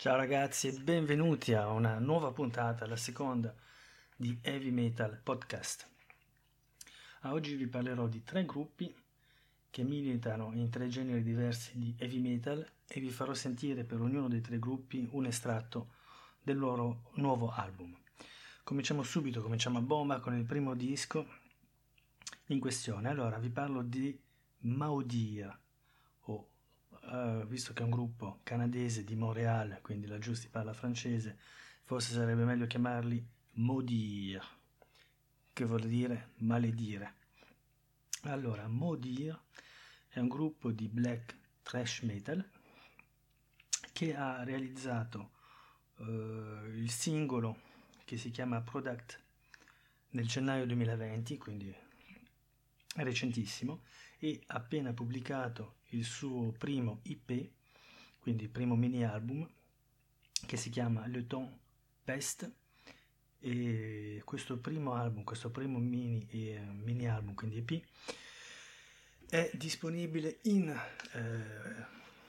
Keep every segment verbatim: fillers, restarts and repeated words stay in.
Ciao ragazzi e benvenuti a una nuova puntata, la seconda di Heavy Metal Podcast. A oggi vi parlerò di tre gruppi che militano in tre generi diversi di heavy metal e vi farò sentire per ognuno dei tre gruppi un estratto del loro nuovo album. Cominciamo subito, cominciamo a bomba con il primo disco in questione. Allora vi parlo di Maudire, o Uh, visto che è un gruppo canadese di Montréal, quindi laggiù si parla francese, forse sarebbe meglio chiamarli Maudire, che vuol dire maledire. Allora, Maudire è un gruppo di black thrash metal che ha realizzato uh, il singolo che si chiama Product nel gennaio duemilaventi, quindi è recentissimo, e ha appena pubblicato il suo primo I P, quindi il primo mini album, che si chiama Le Temps Peste, e questo primo album, questo primo mini, eh, mini album, quindi I P, è disponibile in eh,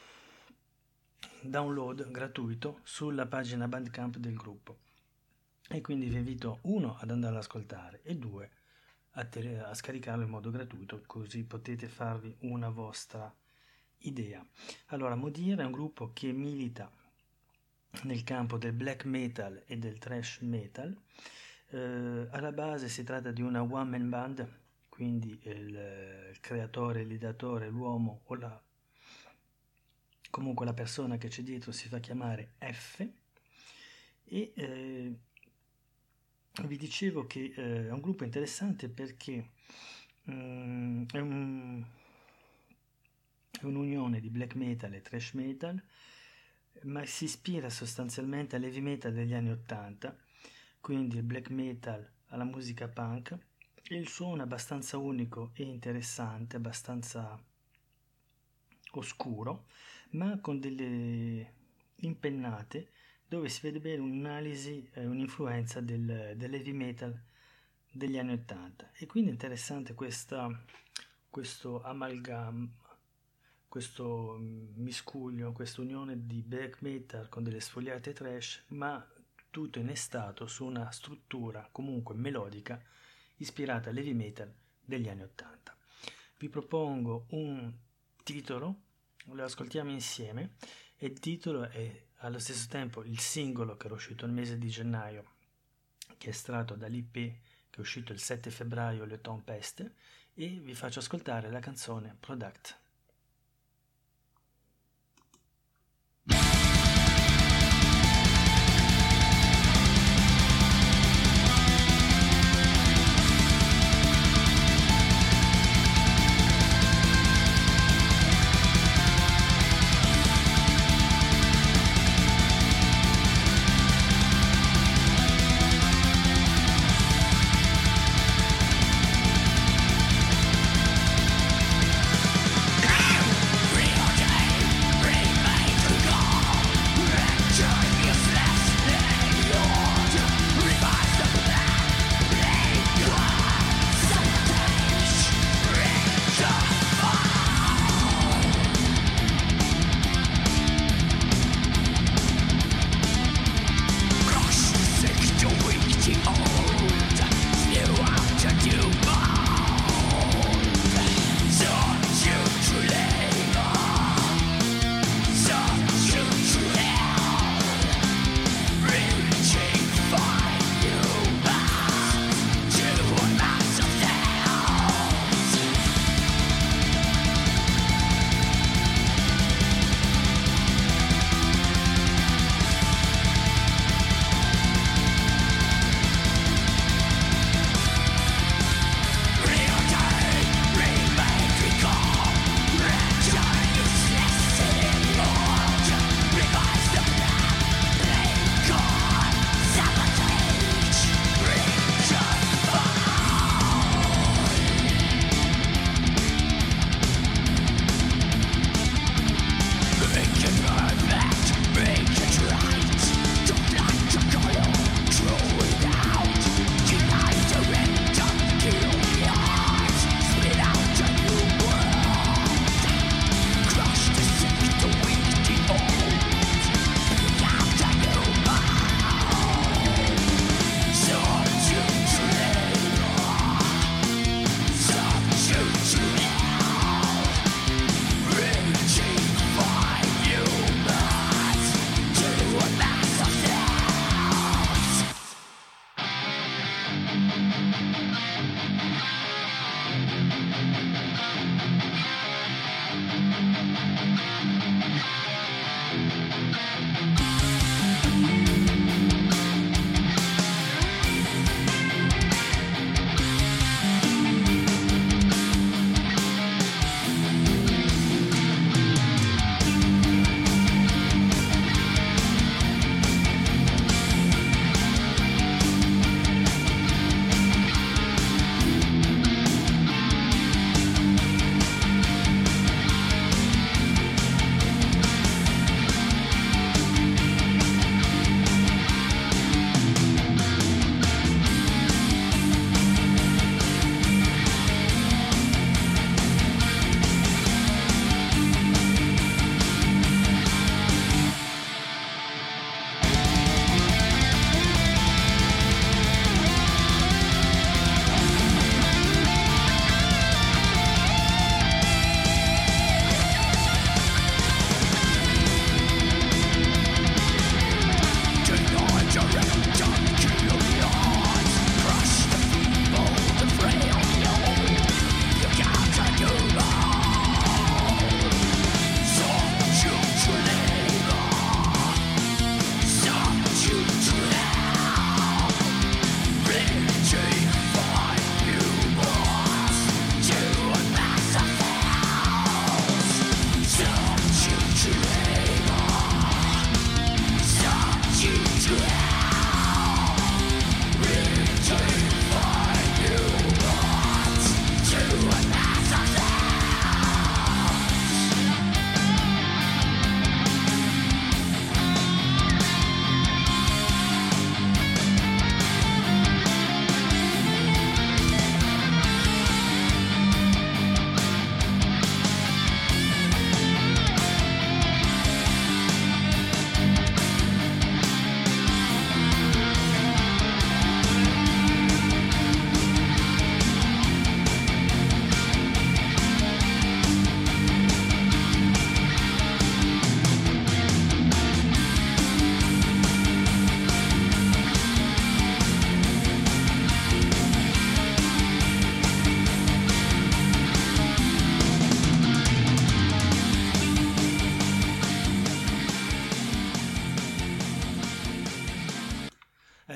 download gratuito sulla pagina Bandcamp del gruppo, e quindi vi invito uno ad andare ad ascoltare e due a, te- a scaricarlo in modo gratuito, così potete farvi una vostra idea. Allora, Maudire è un gruppo che milita nel campo del black metal e del thrash metal. Eh, alla base si tratta di una one man band, quindi il, il creatore, l'ideatore, l'uomo o la, comunque la persona che c'è dietro si fa chiamare F, e eh, vi dicevo che eh, è un gruppo interessante perché um, è, un, è un'unione di black metal e thrash metal, ma si ispira sostanzialmente all'heavy metal degli anni ottanta, quindi il black metal alla musica punk, e il suono è abbastanza unico e interessante, abbastanza oscuro, ma con delle impennate dove si vede bene un'analisi e un'influenza del, dell'heavy metal degli anni ottanta. E quindi è interessante questa, questo amalgama, questo miscuglio, questa unione di black metal con delle sfogliate trash, ma tutto innestato su una struttura comunque melodica ispirata all'heavy metal degli anni ottanta. Vi propongo un titolo, lo ascoltiamo insieme, e il titolo è allo stesso tempo il singolo che era uscito il mese di gennaio, che è estratto dall'I P che è uscito il sette febbraio, Le Temps Peste, e vi faccio ascoltare la canzone Product.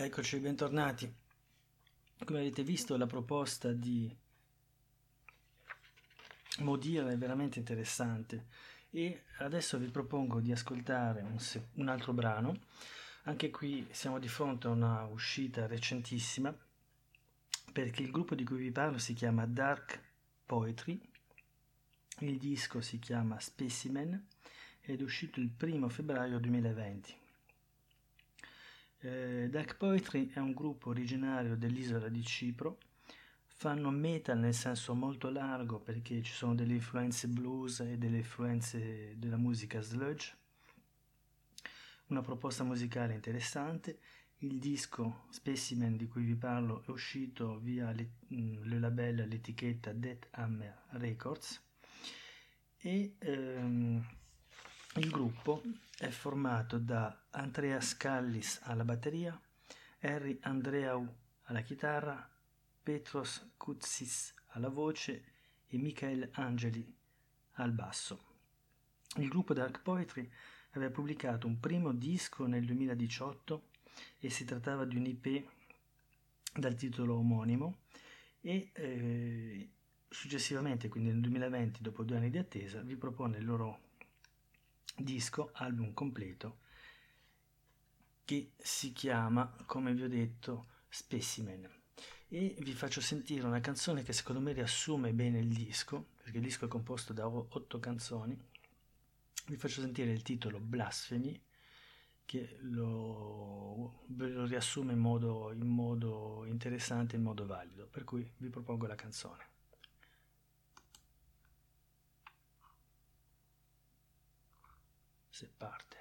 Eccoci, bentornati. Come avete visto, la proposta di Modira è veramente interessante e adesso vi propongo di ascoltare un, se- un altro brano. Anche qui siamo di fronte a una uscita recentissima, perché il gruppo di cui vi parlo si chiama Dark Poetry, il disco si chiama Specimen ed è uscito il primo febbraio duemilaventi. Eh, Dark Poetry è un gruppo originario dell'isola di Cipro, fanno metal nel senso molto largo perché ci sono delle influenze blues e delle influenze della musica sludge, una proposta musicale interessante. Il disco Specimen di cui vi parlo è uscito via le, le label, l'etichetta Death Hammer Records e ehm, il gruppo è formato da Andrea Scallis alla batteria, Harry Andreou alla chitarra, Petros Koutsis alla voce e Michael Angeli al basso. Il gruppo Dark Poetry aveva pubblicato un primo disco nel duemiladiciotto e si trattava di un I P dal titolo omonimo e eh, successivamente, quindi nel duemilaventi, dopo due anni di attesa, vi propone il loro disco, album completo, che si chiama, come vi ho detto, Specimen. E vi faccio sentire una canzone che secondo me riassume bene il disco, perché il disco è composto da otto canzoni. Vi faccio sentire il titolo Blasphemy, che lo, ve lo riassume in modo, in modo interessante, in modo valido, per cui vi propongo la canzone. Se parte.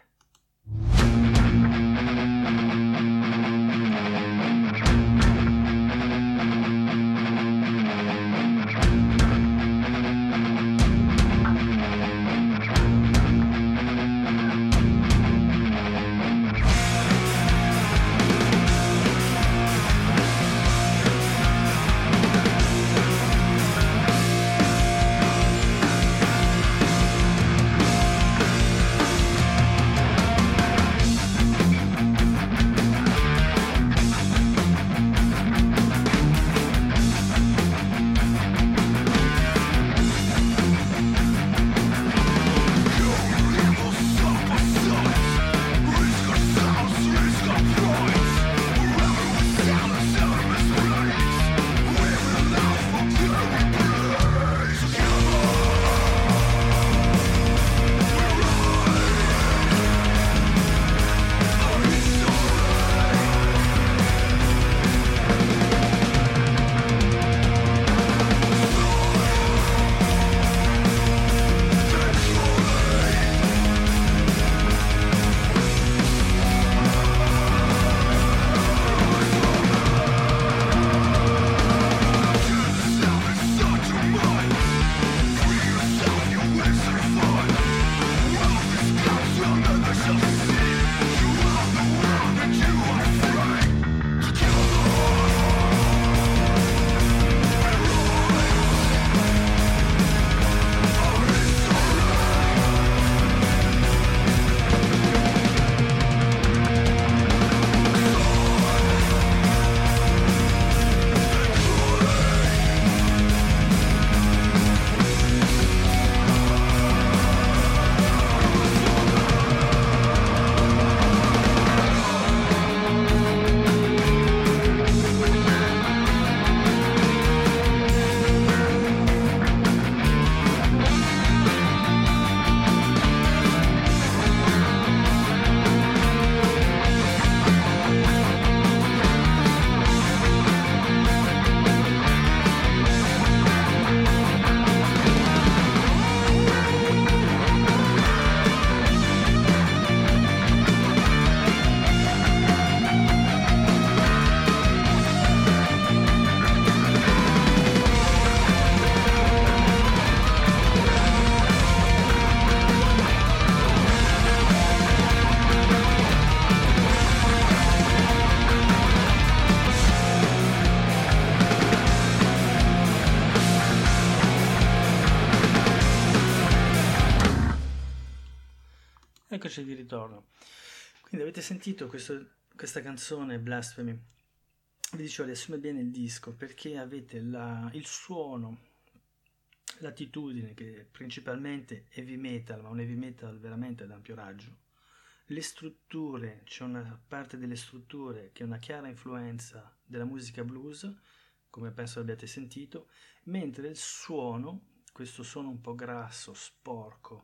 Eccoci di ritorno. Quindi avete sentito questo, questa canzone Blasphemy, vi dicevo, riassume bene il disco perché avete la, il suono, l'attitudine che è principalmente heavy metal, ma un heavy metal veramente ad ampio raggio. Le strutture, c'è una parte delle strutture che è una chiara influenza della musica blues, come penso abbiate sentito, mentre il suono, questo suono un po' grasso, sporco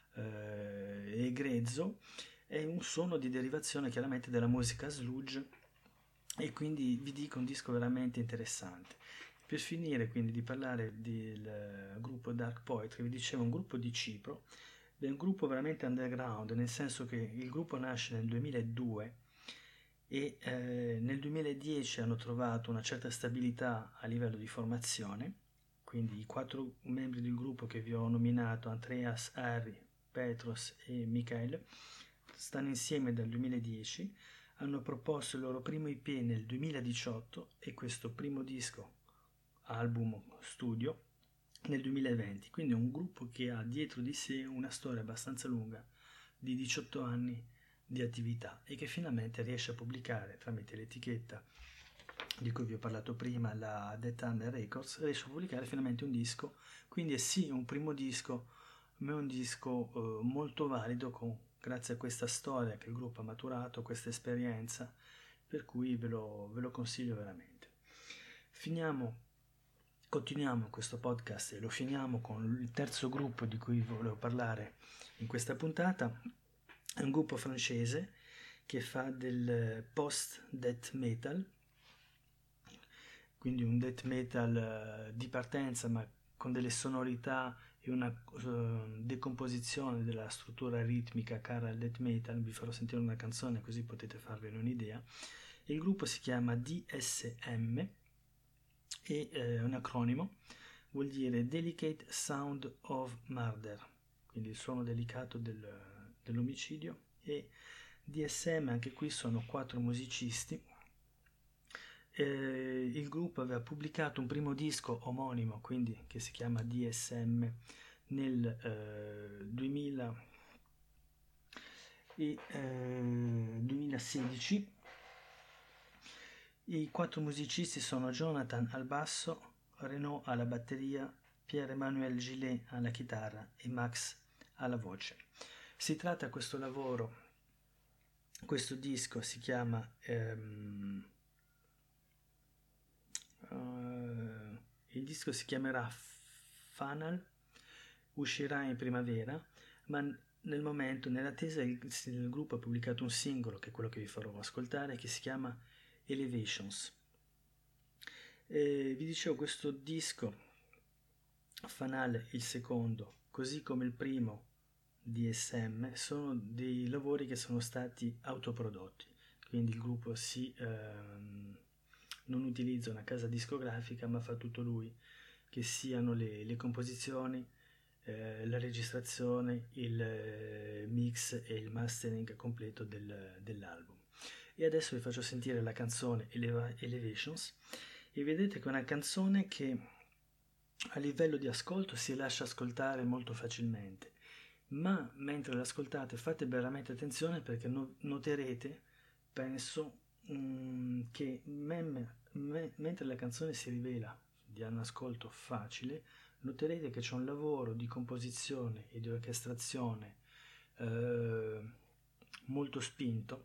eh, e grezzo, è un suono di derivazione chiaramente della musica sludge, e quindi vi dico un disco veramente interessante. Per finire quindi di parlare del gruppo Dark Poetry, vi dicevo, un gruppo di Cipro, è un gruppo veramente underground, nel senso che il gruppo nasce nel duemiladue e eh, nel duemiladieci hanno trovato una certa stabilità a livello di formazione, quindi i quattro membri del gruppo che vi ho nominato, Andreas, Harry, Petros e Michael, stanno insieme dal duemiladieci, hanno proposto il loro primo I P nel duemiladiciotto e questo primo disco, album studio, nel duemilaventi, quindi è un gruppo che ha dietro di sé una storia abbastanza lunga di diciotto anni di attività e che finalmente riesce a pubblicare tramite l'etichetta di cui vi ho parlato prima, la The Thunder Records, riesce a pubblicare finalmente un disco, quindi è sì un primo disco, ma è un disco eh, molto valido con, grazie a questa storia che il gruppo ha maturato, questa esperienza, per cui ve lo, ve lo consiglio veramente. Finiamo Continuiamo questo podcast e lo finiamo con il terzo gruppo di cui volevo parlare in questa puntata. È un gruppo francese che fa del post-death metal, quindi un death metal di partenza ma con delle sonorità e una uh, decomposizione della struttura ritmica cara al death metal. Vi farò sentire una canzone così potete farvene un'idea. Il gruppo si chiama D S M e eh, un acronimo, vuol dire Delicate Sound of Murder, quindi il suono delicato del, dell'omicidio, e D S M anche qui sono quattro musicisti. Eh, il gruppo aveva pubblicato un primo disco omonimo, quindi che si chiama D S M, nel eh, duemila e eh, duemilasedici. I quattro musicisti sono Jonathan al basso, Renaud alla batteria, Pierre-Emmanuel Gillet alla chitarra e Max alla voce. Si tratta di questo lavoro, questo disco si chiama ehm, uh, il disco si chiamerà Funnel, uscirà in primavera, ma nel momento, nell'attesa, il, il gruppo ha pubblicato un singolo, che è quello che vi farò ascoltare, che si chiama Elevations. Eh, vi dicevo, questo disco Funnel, il secondo, così come il primo D S M, sono dei lavori che sono stati autoprodotti, quindi il gruppo si ehm, non utilizza una casa discografica ma fa tutto lui, che siano le, le composizioni, eh, la registrazione, il eh, mix e il mastering completo del, dell'album. E adesso vi faccio sentire la canzone Eleva- Elevations, e vedete che è una canzone che a livello di ascolto si lascia ascoltare molto facilmente, ma mentre l'ascoltate fate veramente attenzione, perché no- noterete, penso, mh, che mem- me- mentre la canzone si rivela di un ascolto facile, noterete che c'è un lavoro di composizione e di orchestrazione eh, molto spinto,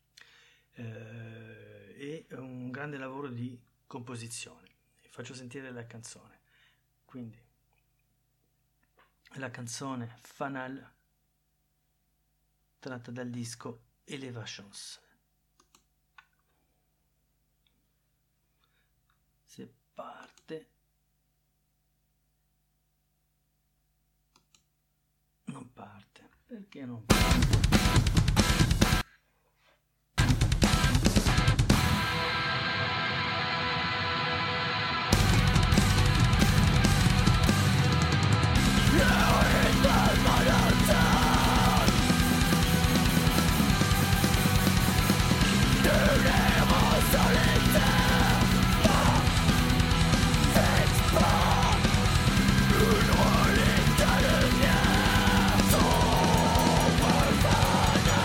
eh, e un grande lavoro di composizione. Vi faccio sentire la canzone. Quindi la canzone Funnel, tratta dal disco Elevations. Se parte, non parte, perché non parte? Une relique de lumière, sombre,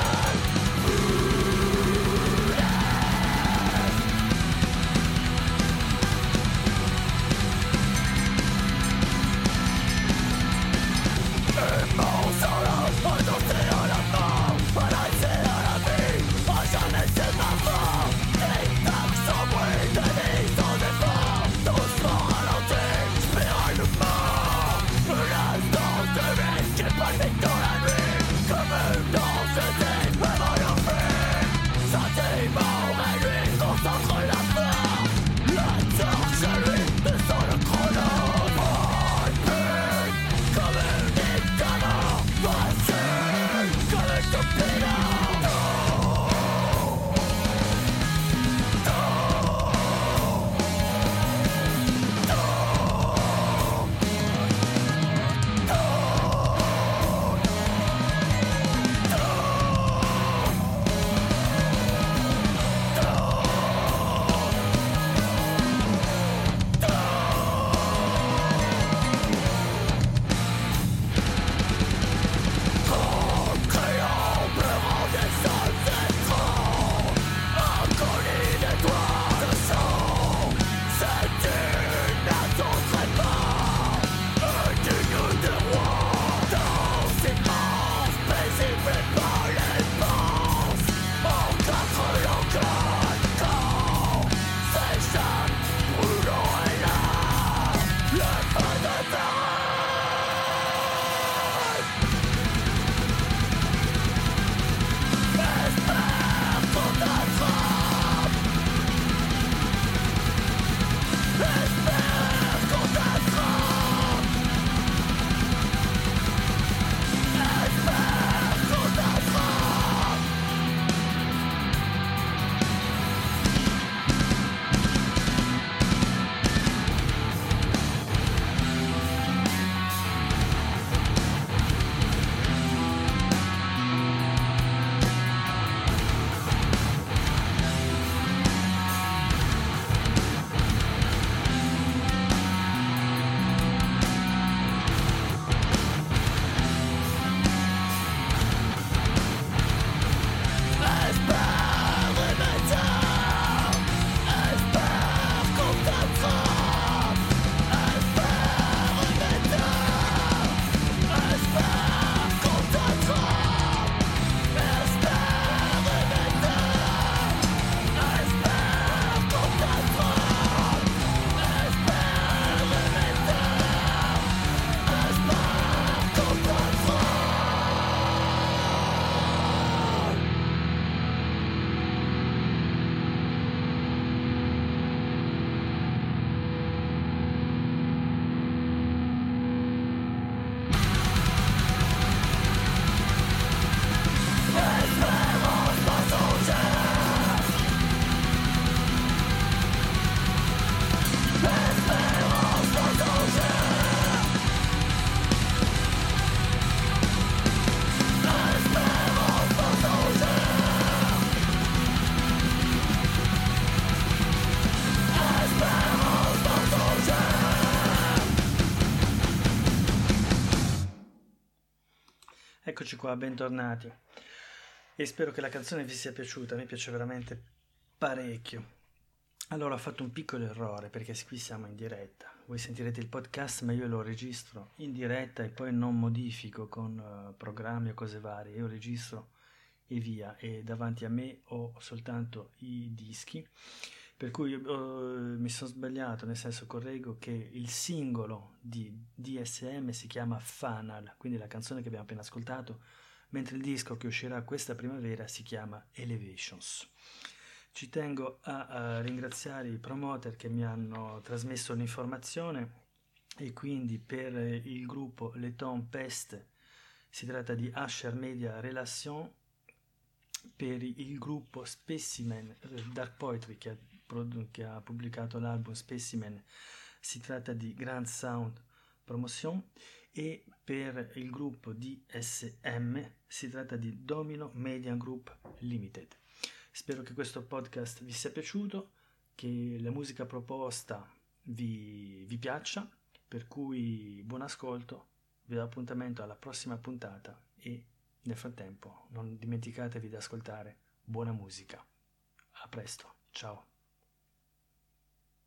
Eccoci qua, bentornati. E spero che la canzone vi sia piaciuta, mi piace veramente parecchio. Allora, ho fatto un piccolo errore perché qui siamo in diretta. Voi sentirete il podcast, ma io lo registro in diretta e poi non modifico con uh, programmi o cose varie. Io registro e via, e davanti a me ho soltanto i dischi. Per cui uh, mi sono sbagliato, nel senso correggo che il singolo di D S M si chiama Funnel, quindi la canzone che abbiamo appena ascoltato, mentre il disco che uscirà questa primavera si chiama Elevations. Ci tengo a, a ringraziare i promoter che mi hanno trasmesso l'informazione, e quindi per il gruppo Le Temps Pest si tratta di Asher Media Relation, per il gruppo Specimen Dark Poetry che ha, che ha pubblicato l'album Specimen si tratta di Grand Sound Promotion, e per il gruppo D S M si tratta di Domino Media Group Limited. Spero che questo podcast vi sia piaciuto, che la musica proposta vi, vi piaccia, per cui buon ascolto, vi do appuntamento alla prossima puntata e nel frattempo non dimenticatevi di ascoltare buona musica. A presto, ciao.